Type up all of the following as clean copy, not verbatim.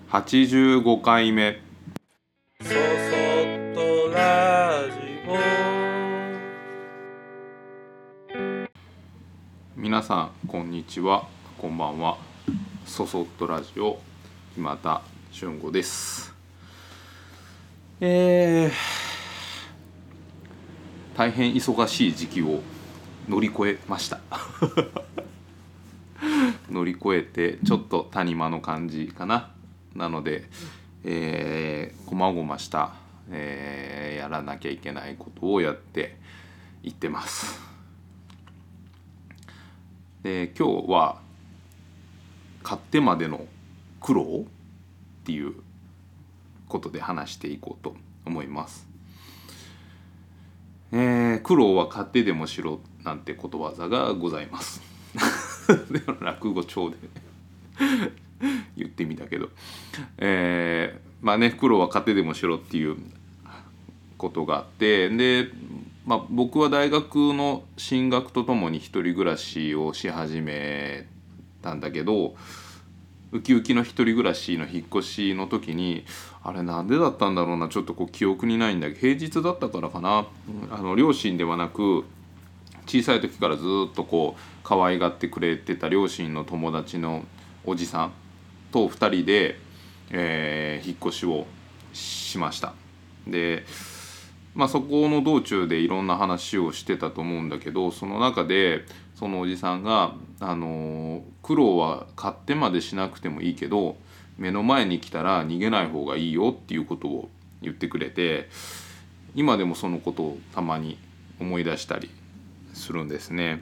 85回目。 そそっとラジオ。 皆さんこんにちは、こんばんは。そそっとラジオ今田俊吾です。大変忙しい時期を乗り越えました乗り越えてちょっと谷間の感じかな。なので、こまごました、やらなきゃいけないことをやっていってます。で、今日は買ってまでの苦労っていうことで話していこうと思います。苦労は買ってでもしろなんてことわざがございます落語帳で言ってみたけど、まあね、苦労は買ってでもしろっていうことがあって、で、僕は大学の進学とともに一人暮らしをし始めたんだけど、ウキウキの一人暮らしの引っ越しの時に、あれなんでだったんだろうな、ちょっと記憶にないんだけど、平日だったからかな、両親ではなく小さい時からずっと可愛がってくれてた両親の友達のおじさんと2人で、引っ越しをしました。で、そこの道中でいろんな話をしてたと思うんだけど、その中でそのおじさんが、苦労は買ってまでしなくてもいいけど目の前に来たら逃げない方がいいよっていうことを言ってくれて、今でもそのことをたまに思い出したりするんですね。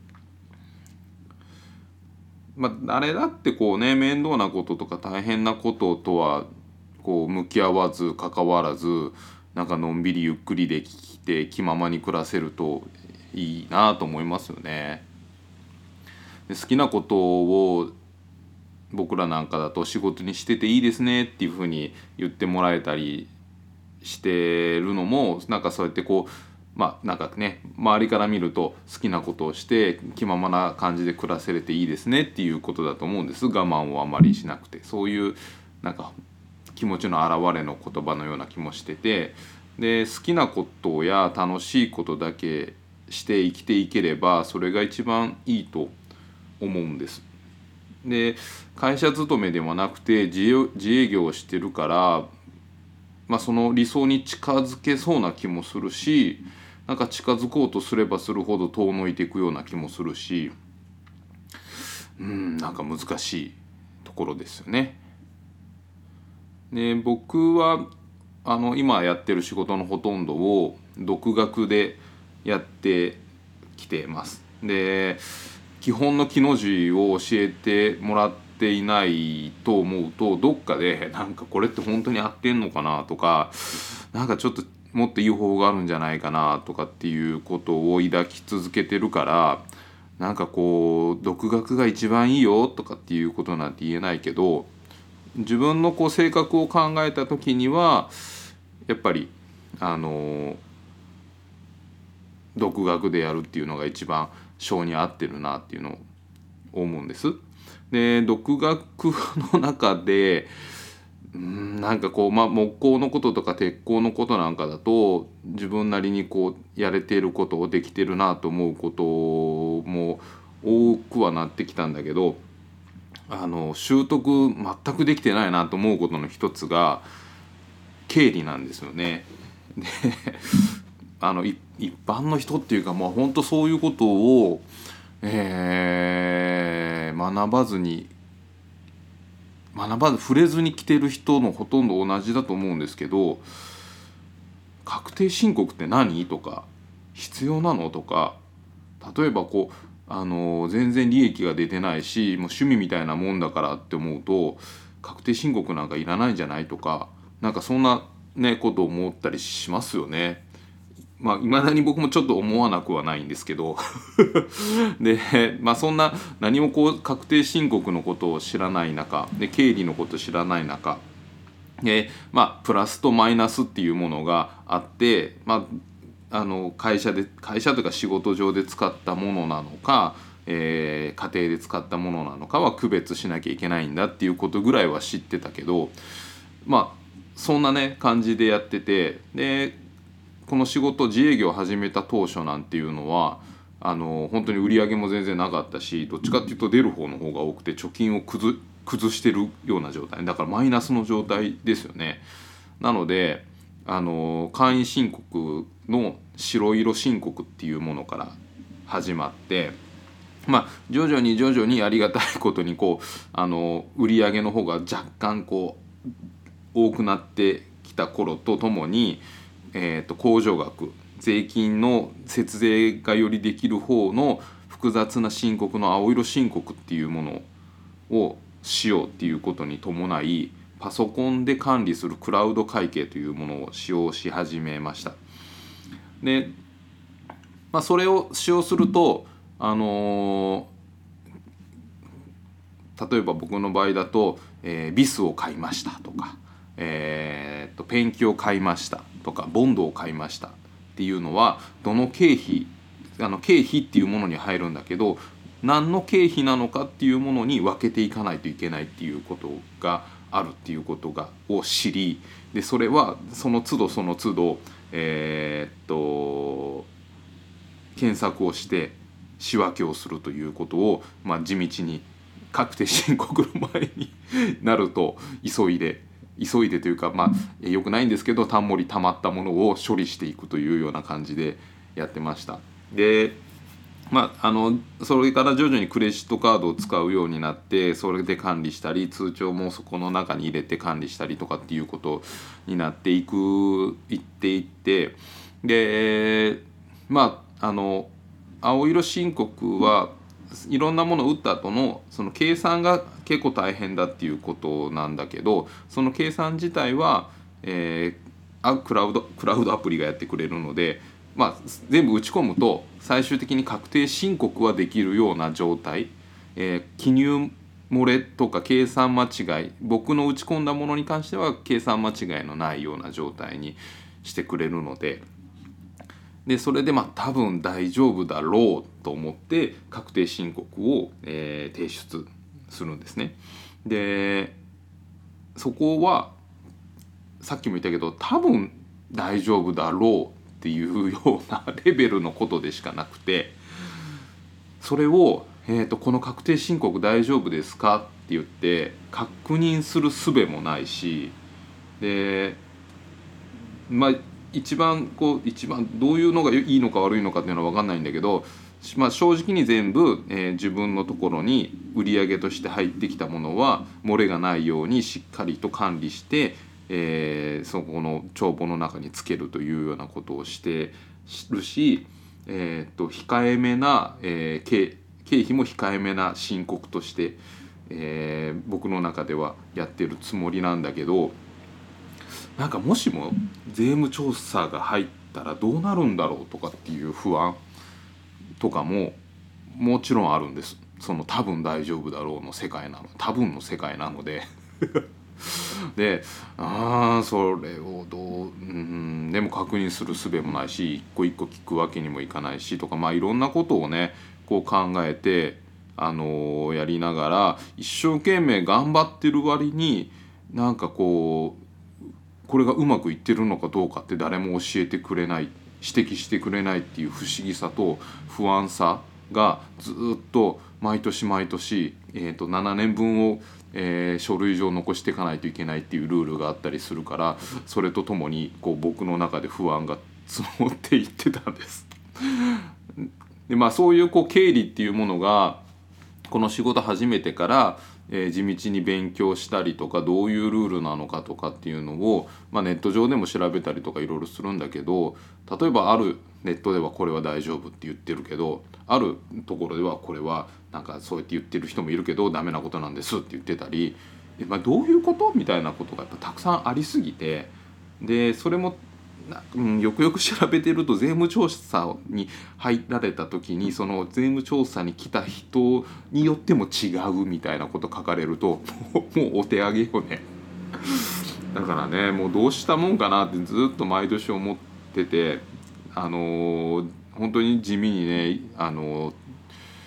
誰だって面倒なこととか大変なこととは向き合わず関わらず、のんびりゆっくりできて気ままに暮らせるといいなと思いますよね。で、好きなことを僕らなんかだと仕事にしてていいですねっていうふうに言ってもらえたりしてるのも、そうやって周りから見ると好きなことをして気ままな感じで暮らせれていいですねっていうことだと思うんです。我慢をあまりしなくて、そういう気持ちの表れの言葉のような気もしてて、で、好きなことや楽しいことだけして生きていければそれが一番いいと思うんです。で、会社勤めではなくて自営業をしてるから、その理想に近づけそうな気もするし、近づこうとすればするほど遠のいていくような気もするし、難しいところですよね。で、僕は今やってる仕事のほとんどを独学でやってきてます。で、基本の木の字を教えてもらっていないと思うと、どっかでこれって本当に合ってんのかなとか、ちょっともっといい方法があるんじゃないかなとかっていうことを抱き続けてるから、独学が一番いいよとかっていうことなんて言えないけど、自分の性格を考えた時にはやっぱり独学でやるっていうのが一番性に合ってるなっていうのを思うんです。で、独学の中で木工のこととか鉄工のことなんかだと自分なりにやれていることをできてるなと思うことも多くはなってきたんだけど、習得全くできてないなと思うことの一つが経理なんですよね。で、一般の人っていうか、本当そういうことを、学ばず触れずに来てる人のほとんど同じだと思うんですけど、確定申告って何とか必要なのとか、例えば全然利益が出てないしもう趣味みたいなもんだからって思うと確定申告なんかいらないんじゃないとか、そんなことを思ったりしますよね。未だに僕もちょっと思わなくはないんですけどで、そんな何も確定申告のことを知らない中で、経理のことを知らない中で、プラスとマイナスっていうものがあって、会社というか仕事上で使ったものなのか家庭で使ったものなのかは区別しなきゃいけないんだっていうことぐらいは知ってたけど、まあそんなね感じでやってて、でこの仕事自営業を始めた当初なんていうのは本当に売り上げも全然なかったし、どっちかっていうと出る方の方が多くて貯金を崩してるような状態だからマイナスの状態ですよね。なので簡易申告の白色申告っていうものから始まって、まあ徐々にありがたいことに売り上げの方が若干多くなってきた頃とともに、控除額税金の節税がよりできる方の複雑な申告の青色申告っていうものをしようっていうことに伴い、パソコンで管理するクラウド会計というものを使用し始めました。で、それを使用すると例えば僕の場合だと、ビスを買いましたとか、ペンキを買いましたとかボンドを買いましたっていうのはどの経費っていうものに入るんだけど、何の経費なのかっていうものに分けていかないといけないっていうことがあるっていうことを知り、でそれはその都度検索をして仕分けをするということを、地道に確定申告の前になると急いでというか、よくないんですけどたんもり溜まったものを処理していくというような感じでやってました。でそれから徐々にクレジットカードを使うようになって、それで管理したり通帳もそこの中に入れて管理したりとかっていうことになっていってで青色申告はいろんなものを打った後のその計算が結構大変だっていうことなんだけど、その計算自体は、クラウドアプリがやってくれるので、全部打ち込むと最終的に確定申告はできるような状態、記入漏れとか計算間違い、僕の打ち込んだものに関しては計算間違いのないような状態にしてくれるので、それで多分大丈夫だろうと思って確定申告を、提出するんですね。でそこはさっきも言ったけど多分大丈夫だろうっていうようなレベルのことでしかなくて、それを、この確定申告大丈夫ですかって言って確認する術もないし、で一番どういうのがいいのか悪いのかっていうのは分かんないんだけど、正直に全部、自分のところに売上として入ってきたものは漏れがないようにしっかりと管理して、そこの帳簿の中につけるというようなことをしてるし、控えめな、経費も控えめな申告として、僕の中ではやってるつもりなんだけど、もしも税務調査が入ったらどうなるんだろうとかっていう不安とかももちろんあるんです。その多分大丈夫だろうの世界なの、多分の世界なのででそれをでも確認する術もないし、一個一個聞くわけにもいかないしとか、いろんなことをね考えてやりながら一生懸命頑張ってる割にこれがうまくいってるのかどうかって誰も教えてくれない、指摘してくれないっていう不思議さと不安さがずっと毎年7年分を、書類上残していかないといけないっていうルールがあったりするから、それとともに僕の中で不安が積もっていってたんですで、そういう経理っていうものがこの仕事始めてから地道に勉強したりとか、どういうルールなのかとかっていうのを、ネット上でも調べたりとかいろいろするんだけど、例えばあるネットではこれは大丈夫って言ってるけど、あるところではこれはそうやって言ってる人もいるけどダメなことなんですって言ってたり、どういうことみたいなことがやっぱたくさんありすぎて、でそれもよくよく調べてると税務調査に入られた時にその税務調査に来た人によっても違うみたいなこと書かれるともうお手上げよねだからね、もうどうしたもんかなってずっと毎年思ってて、本当に地味にね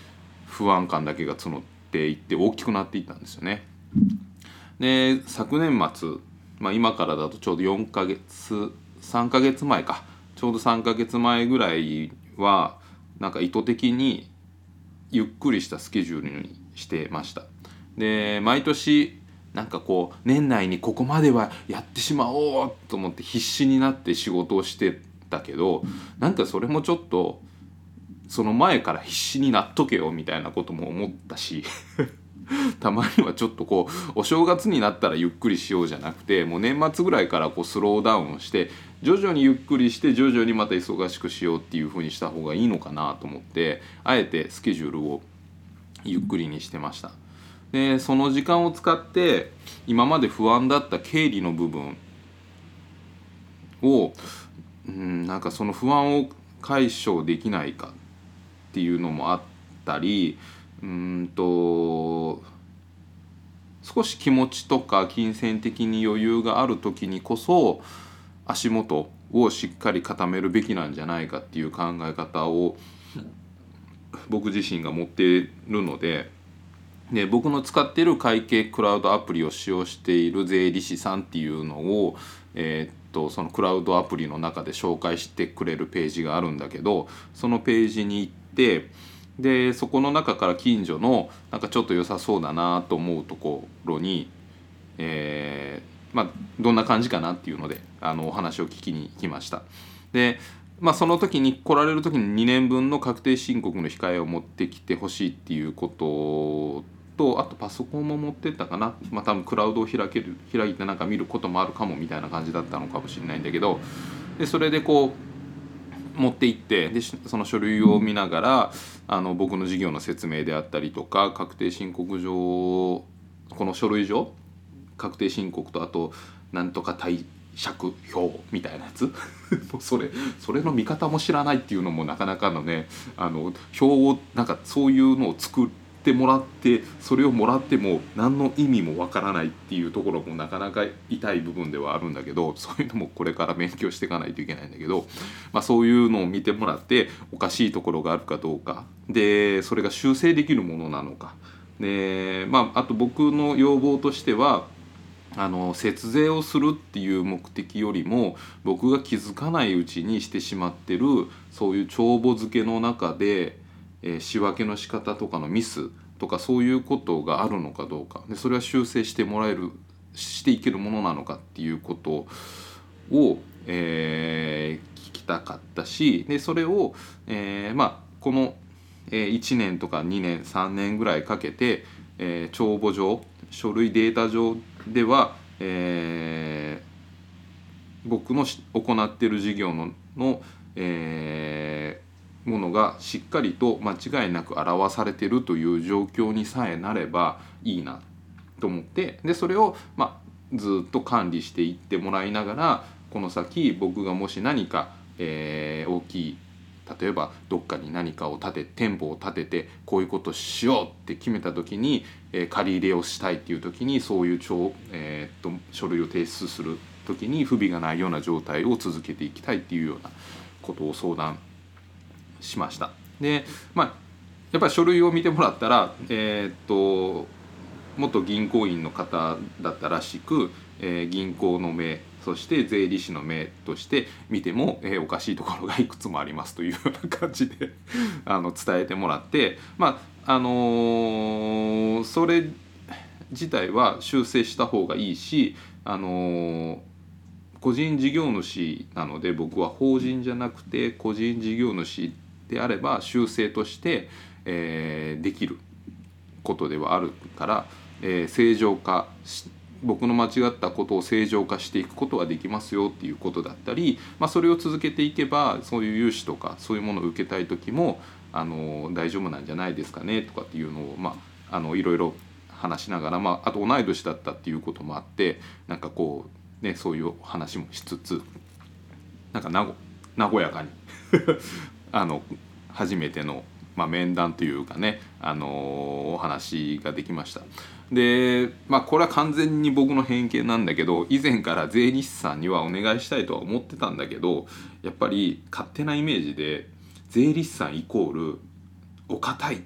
不安感だけが募っていって大きくなっていったんですよね。で昨年末、今からだとちょうど4ヶ月3ヶ月前か、ちょうど3ヶ月前ぐらいはなんか意図的にゆっくりしたスケジュールにしてました。で毎年なんかこう年内にここまではやってしまおうと思って必死になって仕事をしてたけど、なんかそれもちょっとその前から必死になっとけよみたいなことも思ったしたまにはちょっとこうお正月になったらゆっくりしようじゃなくて、もう年末ぐらいからこうスローダウンして徐々にゆっくりして徐々にまた忙しくしようっていう風にした方がいいのかなと思って、あえてスケジュールをゆっくりにしてました。でその時間を使って今まで不安だった経理の部分をなんかその不安を解消できないかっていうのもあったり、少し気持ちとか金銭的に余裕がある時にこそ足元をしっかり固めるべきなんじゃないかっていう考え方を僕自身が持っているので、僕の使っている会計クラウドアプリを使用している税理士さんっていうのを、そのクラウドアプリの中で紹介してくれるページがあるんだけど、そのページに行ってでそこの中から近所のなんかちょっと良さそうだなと思うところに、どんな感じかなっていうのでお話を聞きに来ました。でその時に来られる時に2年分の確定申告の控えを持ってきてほしいっていうことと、あとパソコンも持ってったかな、多分クラウドを開いてなんか見ることもあるかもみたいな感じだったのかもしれないんだけど、でそれでこう持って行ってでその書類を見ながら僕の事業の説明であったりとか、確定申告上この書類上確定申告とあとなんとか貸借表みたいなやつそれの見方も知らないっていうのもなかなかのね、表をなんかそういうのを作ってもらってそれをもらっても何の意味もわからないっていうところもなかなか痛い部分ではあるんだけど、そういうのもこれから勉強していかないといけないんだけど、そういうのを見てもらっておかしいところがあるかどうかで、それが修正できるものなのかで、あと僕の要望としては節税をするっていう目的よりも僕が気づかないうちにしてしまってるそういう帳簿付けの中で、仕分けの仕方とかのミスとかそういうことがあるのかどうかで、それは修正していけるものなのかっていうことを、聞きたかったし、でそれを、この、1年とか2年3年ぐらいかけて、帳簿上書類データ上では、僕の行っている事業のものがしっかりと間違いなく表されているという状況にさえなればいいなと思って、でそれを、ずっと管理していってもらいながら、この先僕がもし何か、大きい例えばどっかに何かを店舗を建ててこういうことをしようって決めた時に、借り入れをしたいっていう時にそういう書類を提出する時に不備がないような状態を続けていきたいっていうようなことを相談しました。でやっぱり書類を見てもらったら、元銀行員の方だったらしく、銀行の目そして税理士の目として見ても、おかしいところがいくつもありますというような感じで伝えてもらって、それ自体は修正した方がいいし、個人事業主なので僕は法人じゃなくて個人事業主であれば修正として、できることではあるから、正常化僕の間違ったことを正常化していくことはできますよっていうことだったり、それを続けていけばそういう融資とかそういうものを受けたい時も大丈夫なんじゃないですかねとかっていうのをいろいろ話しながら、あと同い年だったっていうこともあってなんかこうねそういう話もしつつなんか和やかに初めての、面談というかね、お話ができました。でこれは完全に僕の偏見なんだけど、以前から税理士さんにはお願いしたいとは思ってたんだけど、やっぱり勝手なイメージで税理士さんイコールお堅いっ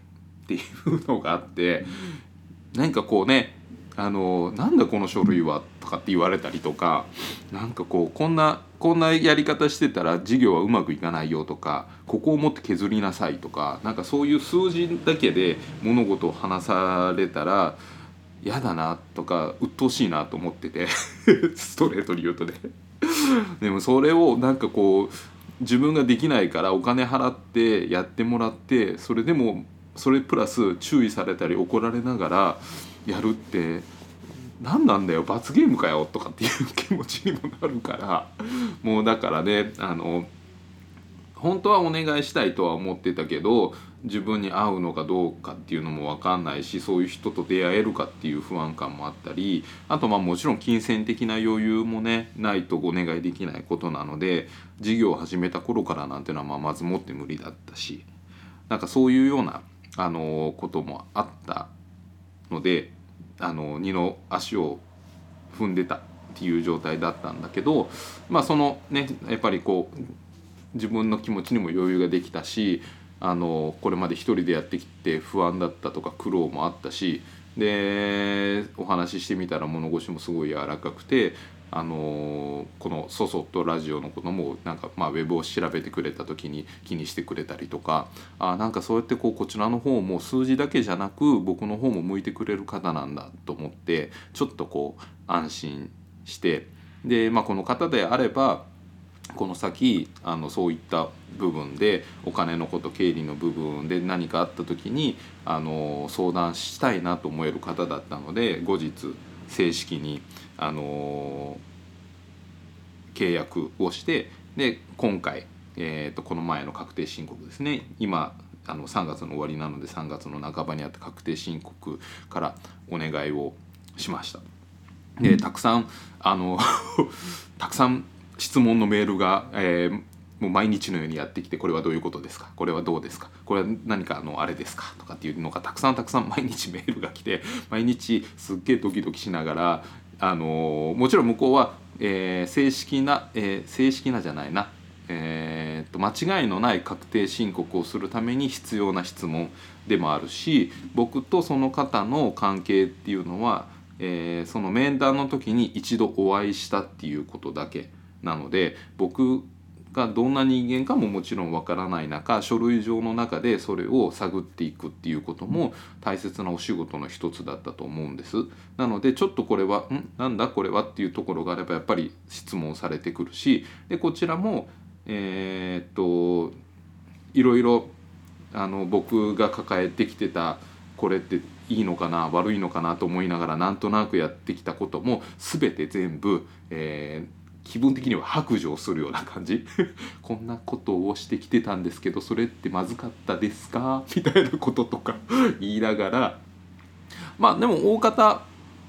っていうのがあって、なんかこうねなんだこの書類はとかって言われたりとか、なんかこうこんなやり方してたら授業はうまくいかないよとか、ここをもって削りなさいとか、なんかそういう数字だけで物事を話されたら嫌だなとか鬱陶しいなと思っててストレートに言うとねでもそれをなんかこう自分ができないからお金払ってやってもらって、それでもそれプラス注意されたり怒られながらやるって何なんだよ、罰ゲームかよとかっていう気持ちにもなるから、もうだからね本当はお願いしたいとは思ってたけど、自分に合うのかどうかっていうのも分かんないし、そういう人と出会えるかっていう不安感もあったり、あともちろん金銭的な余裕もねないとお願いできないことなので、事業を始めた頃からなんていうのはまずもって無理だったし、なんかそういうようなこともあったので、二の足を踏んでたっていう状態だったんだけど、そのねやっぱりこう自分の気持ちにも余裕ができたし、これまで一人でやってきて不安だったとか苦労もあったし、でお話ししてみたら物腰もすごい柔らかくて、この「そそっとラジオ」のこともなんかウェブを調べてくれた時に気にしてくれたりとか、なんかそうやってこちらの方も数字だけじゃなく僕の方も向いてくれる方なんだと思って、ちょっと安心して、で、この方であればこの先そういった部分でお金のこと、経理の部分で何かあった時に相談したいなと思える方だったので、後日正式に契約をして、で今回、この前の確定申告ですね、今3月の終わりなので3月の半ばにあった確定申告からお願いをしました。でたくさんたくさん質問のメールが、もう毎日のようにやってきて、これはどういうことですか、これはどうですか、これは何かあれですかとかっていうのがたくさん毎日メールが来て、毎日すっげえドキドキしながら、もちろん向こうは、正式なじゃないな、間違いのない確定申告をするために必要な質問でもあるし、僕とその方の関係っていうのは、その面談の時に一度お会いしたっていうことだけなので、僕がどんな人間かももちろんわからない中、書類上の中でそれを探っていくっていうことも大切なお仕事の一つだったと思うんです。なのでちょっとこれはなんだこれはっていうところがあればやっぱり質問されてくるし、でこちらもいろいろ僕が抱えてきてたこれっていいのかな悪いのかなと思いながらなんとなくやってきたことも全て全部、気分的には白状するような感じこんなことをしてきてたんですけどそれってまずかったですかみたいなこととか言いながら、でも大方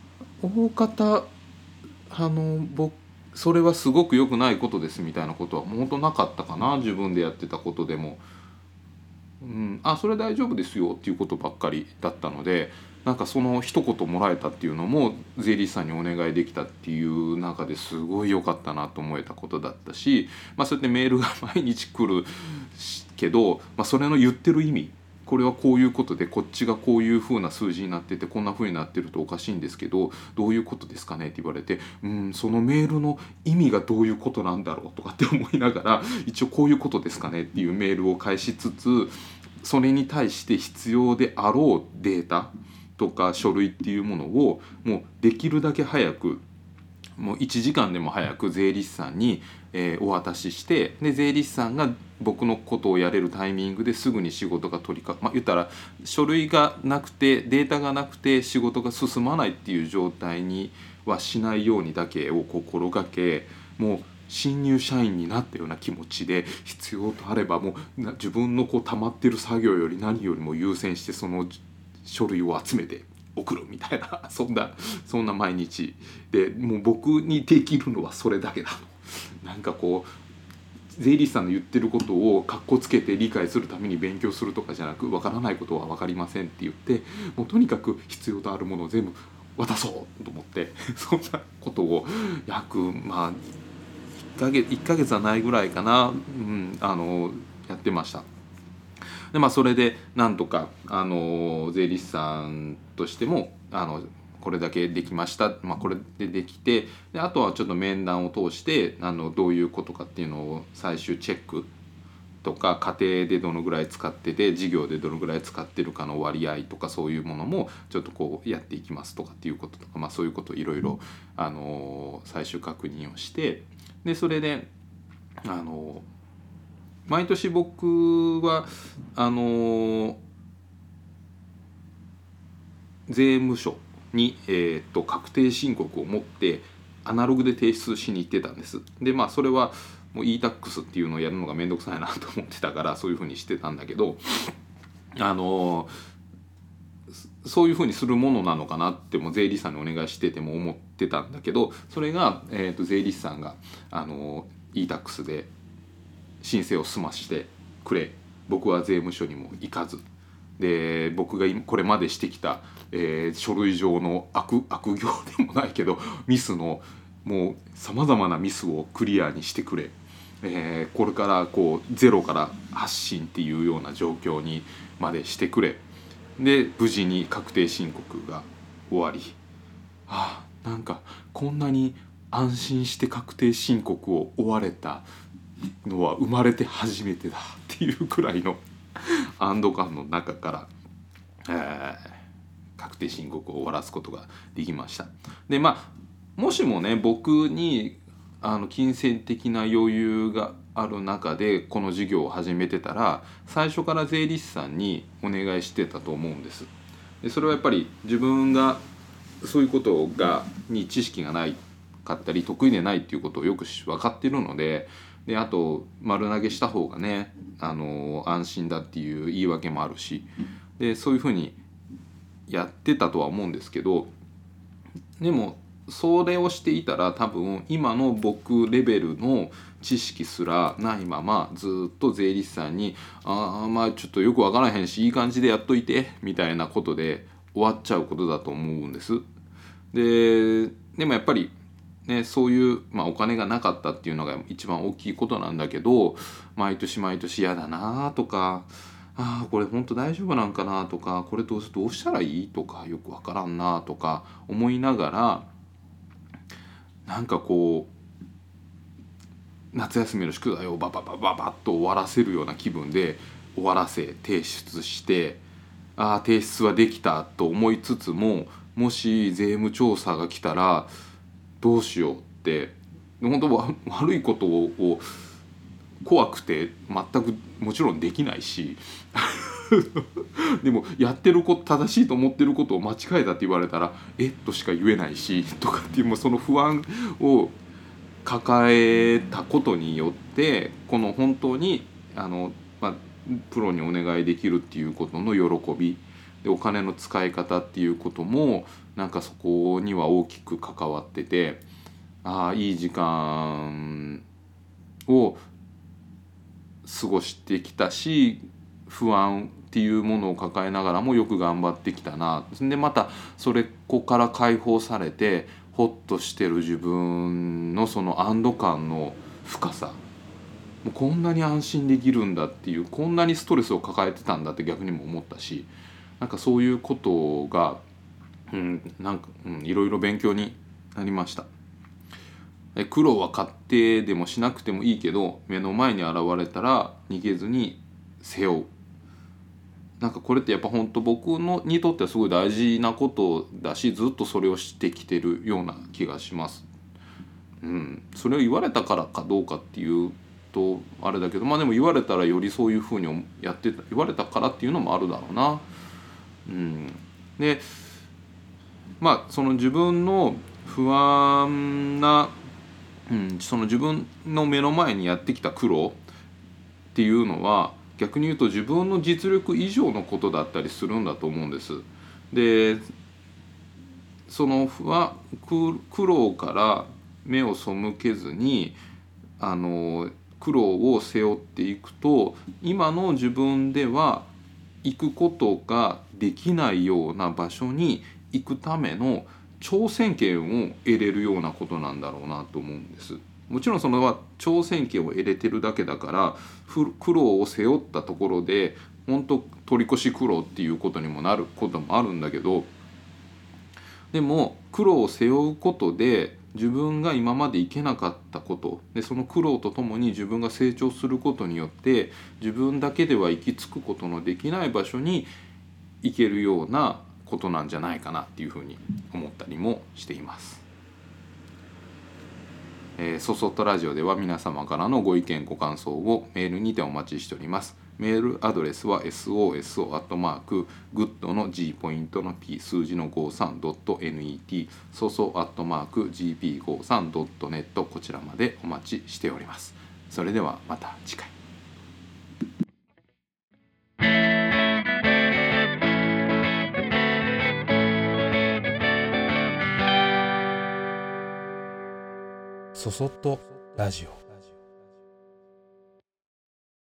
僕それはすごく良くないことですみたいなことはもうほんとなかったかな。自分でやってたことでも、それ大丈夫ですよっていうことばっかりだったので、なんかその一言もらえたっていうのも税理士さんにお願いできたっていう中ですごい良かったなと思えたことだったし、そうやってメールが毎日来るけど、それの言ってる意味、これはこういうことでこっちがこういう風な数字になっててこんな風になってるとおかしいんですけどどういうことですかねって言われて、そのメールの意味がどういうことなんだろうとかって思いながら、一応こういうことですかねっていうメールを返しつつ、それに対して必要であろうデータとか書類っていうものをもうできるだけ早く、もう1時間でも早く税理士さんに、お渡しして、で税理士さんが僕のことをやれるタイミングですぐに仕事が取りか言ったら書類がなくてデータがなくて仕事が進まないっていう状態にはしないようにだけを心がけ、もう新入社員になったような気持ちで必要とあればもう自分の溜まってる作業より何よりも優先してその書類を集めて送るみたいなそんな毎日で、もう僕にできるのはそれだけだと。なんか税理士さんの言ってることをカッコつけて理解するために勉強するとかじゃなく、わからないことは分かりませんって言って、もうとにかく必要とあるものを全部渡そうと思ってそんなことを約1ヶ月はないぐらいかな、やってました。 でそれでなんとか税理士さんとしてもこれだけできました、これでできて、であとはちょっと面談を通してどういうことかっていうのを最終チェックとか、家庭でどのぐらい使ってて事業でどのぐらい使ってるかの割合とか、そういうものもちょっとこうやっていきますとかっていうこととか、そういうことをいろいろ最終確認をして、でそれで毎年僕は税務署に、確定申告を持ってアナログで提出しに行ってたんです。でそれはもう e-tax っていうのをやるのがめんどくさいなと思ってたからそういうふうにしてたんだけど、そういうふうにするものなのかなっても税理士さんにお願いしてても思ってたんだけど、それが、税理士さんがe-tax で申請を済ましてくれ、僕は税務署にも行かずで、僕がこれまでしてきた、書類上の悪行でもないけどミスのもうさまざまなミスをクリアにしてくれ、これからこうゼロから発信っていうような状況にまでしてくれ、で無事に確定申告が終わり、なんかこんなに安心して確定申告を終われたのは生まれて初めてだっていうくらいの安堵感の中から、確定申告を終わらすことができました。でもしもね僕に金銭的な余裕がある中でこの事業を始めてたら、最初から税理士さんにお願いしてたと思うんです。でそれはやっぱり自分がそういうことに知識がないかったり得意でないっていうことをよく分かっているので、あと丸投げした方がね安心だっていう言い訳もあるし、でそういうふうにやってたとは思うんですけど、でもそれをしていたら多分今の僕レベルの知識すらないままずっと税理士さんにちょっとよくわからへんしいい感じでやっといてみたいなことで終わっちゃうことだと思うんです。でもやっぱりね、そういう、お金がなかったっていうのが一番大きいことなんだけど、毎年毎年嫌だなとか、これ本当大丈夫なんかなとか、これどうしたらいいとかよくわからんなとか思いながら、なんかこう夏休みの宿題をバババババッと終わらせるような気分で終わらせ提出して、提出はできたと思いつつも、もし税務調査が来たらどうしようって本当は悪いことを怖くて全くもちろんできないしでもやってること正しいと思ってることを間違えたって言われたらとしか言えないしとかっていう、その不安を抱えたことによってこの本当にプロにお願いできるっていうことの喜びで、お金の使い方っていうこともなんかそこには大きく関わってて、いい時間を過ごしてきたし、不安っていうものを抱えながらもよく頑張ってきたな。でまたこから解放されてホッとしてる自分のその安堵感の深さ、もうこんなに安心できるんだっていう、こんなにストレスを抱えてたんだって逆にも思ったし、なんかそういうことが、いろいろ勉強になりました。苦労は買ってでもしなくてもいいけど、目の前に現れたら逃げずに背負う。なんかこれってやっぱ本当僕にとってはすごい大事なことだし、ずっとそれをしてきてるような気がします。それを言われたからかどうかっていうとあれだけど、でも言われたらよりそういうふうにやってた、言われたからっていうのもあるだろうな。でその自分の不安な、その自分の目の前にやってきた苦労っていうのは逆に言うと自分の実力以上のことだったりするんだと思うんです。でその苦労から目を背けずに苦労を背負っていくと、今の自分では行くことができないような場所に行くための挑戦権を得れるようなことなんだろうなと思うんです。もちろんその挑戦権を得れてるだけだから、苦労を背負ったところで本当取り越し苦労っていうことにもなることもあるんだけど、でも苦労を背負うことで自分が今まで行けなかったことで、その苦労とともに自分が成長することによって自分だけでは行き着くことのできない場所に行けるようなことなんじゃないかなっていうふうに思ったりもしています。そそっとラジオでは皆様からのご意見ご感想をメールにてお待ちしております。メールアドレスは soso@good の G ポイントの P 数字の 53.net そそ @gp53.net こちらまでお待ちしております。それではまた次回。 そそっとラジオ。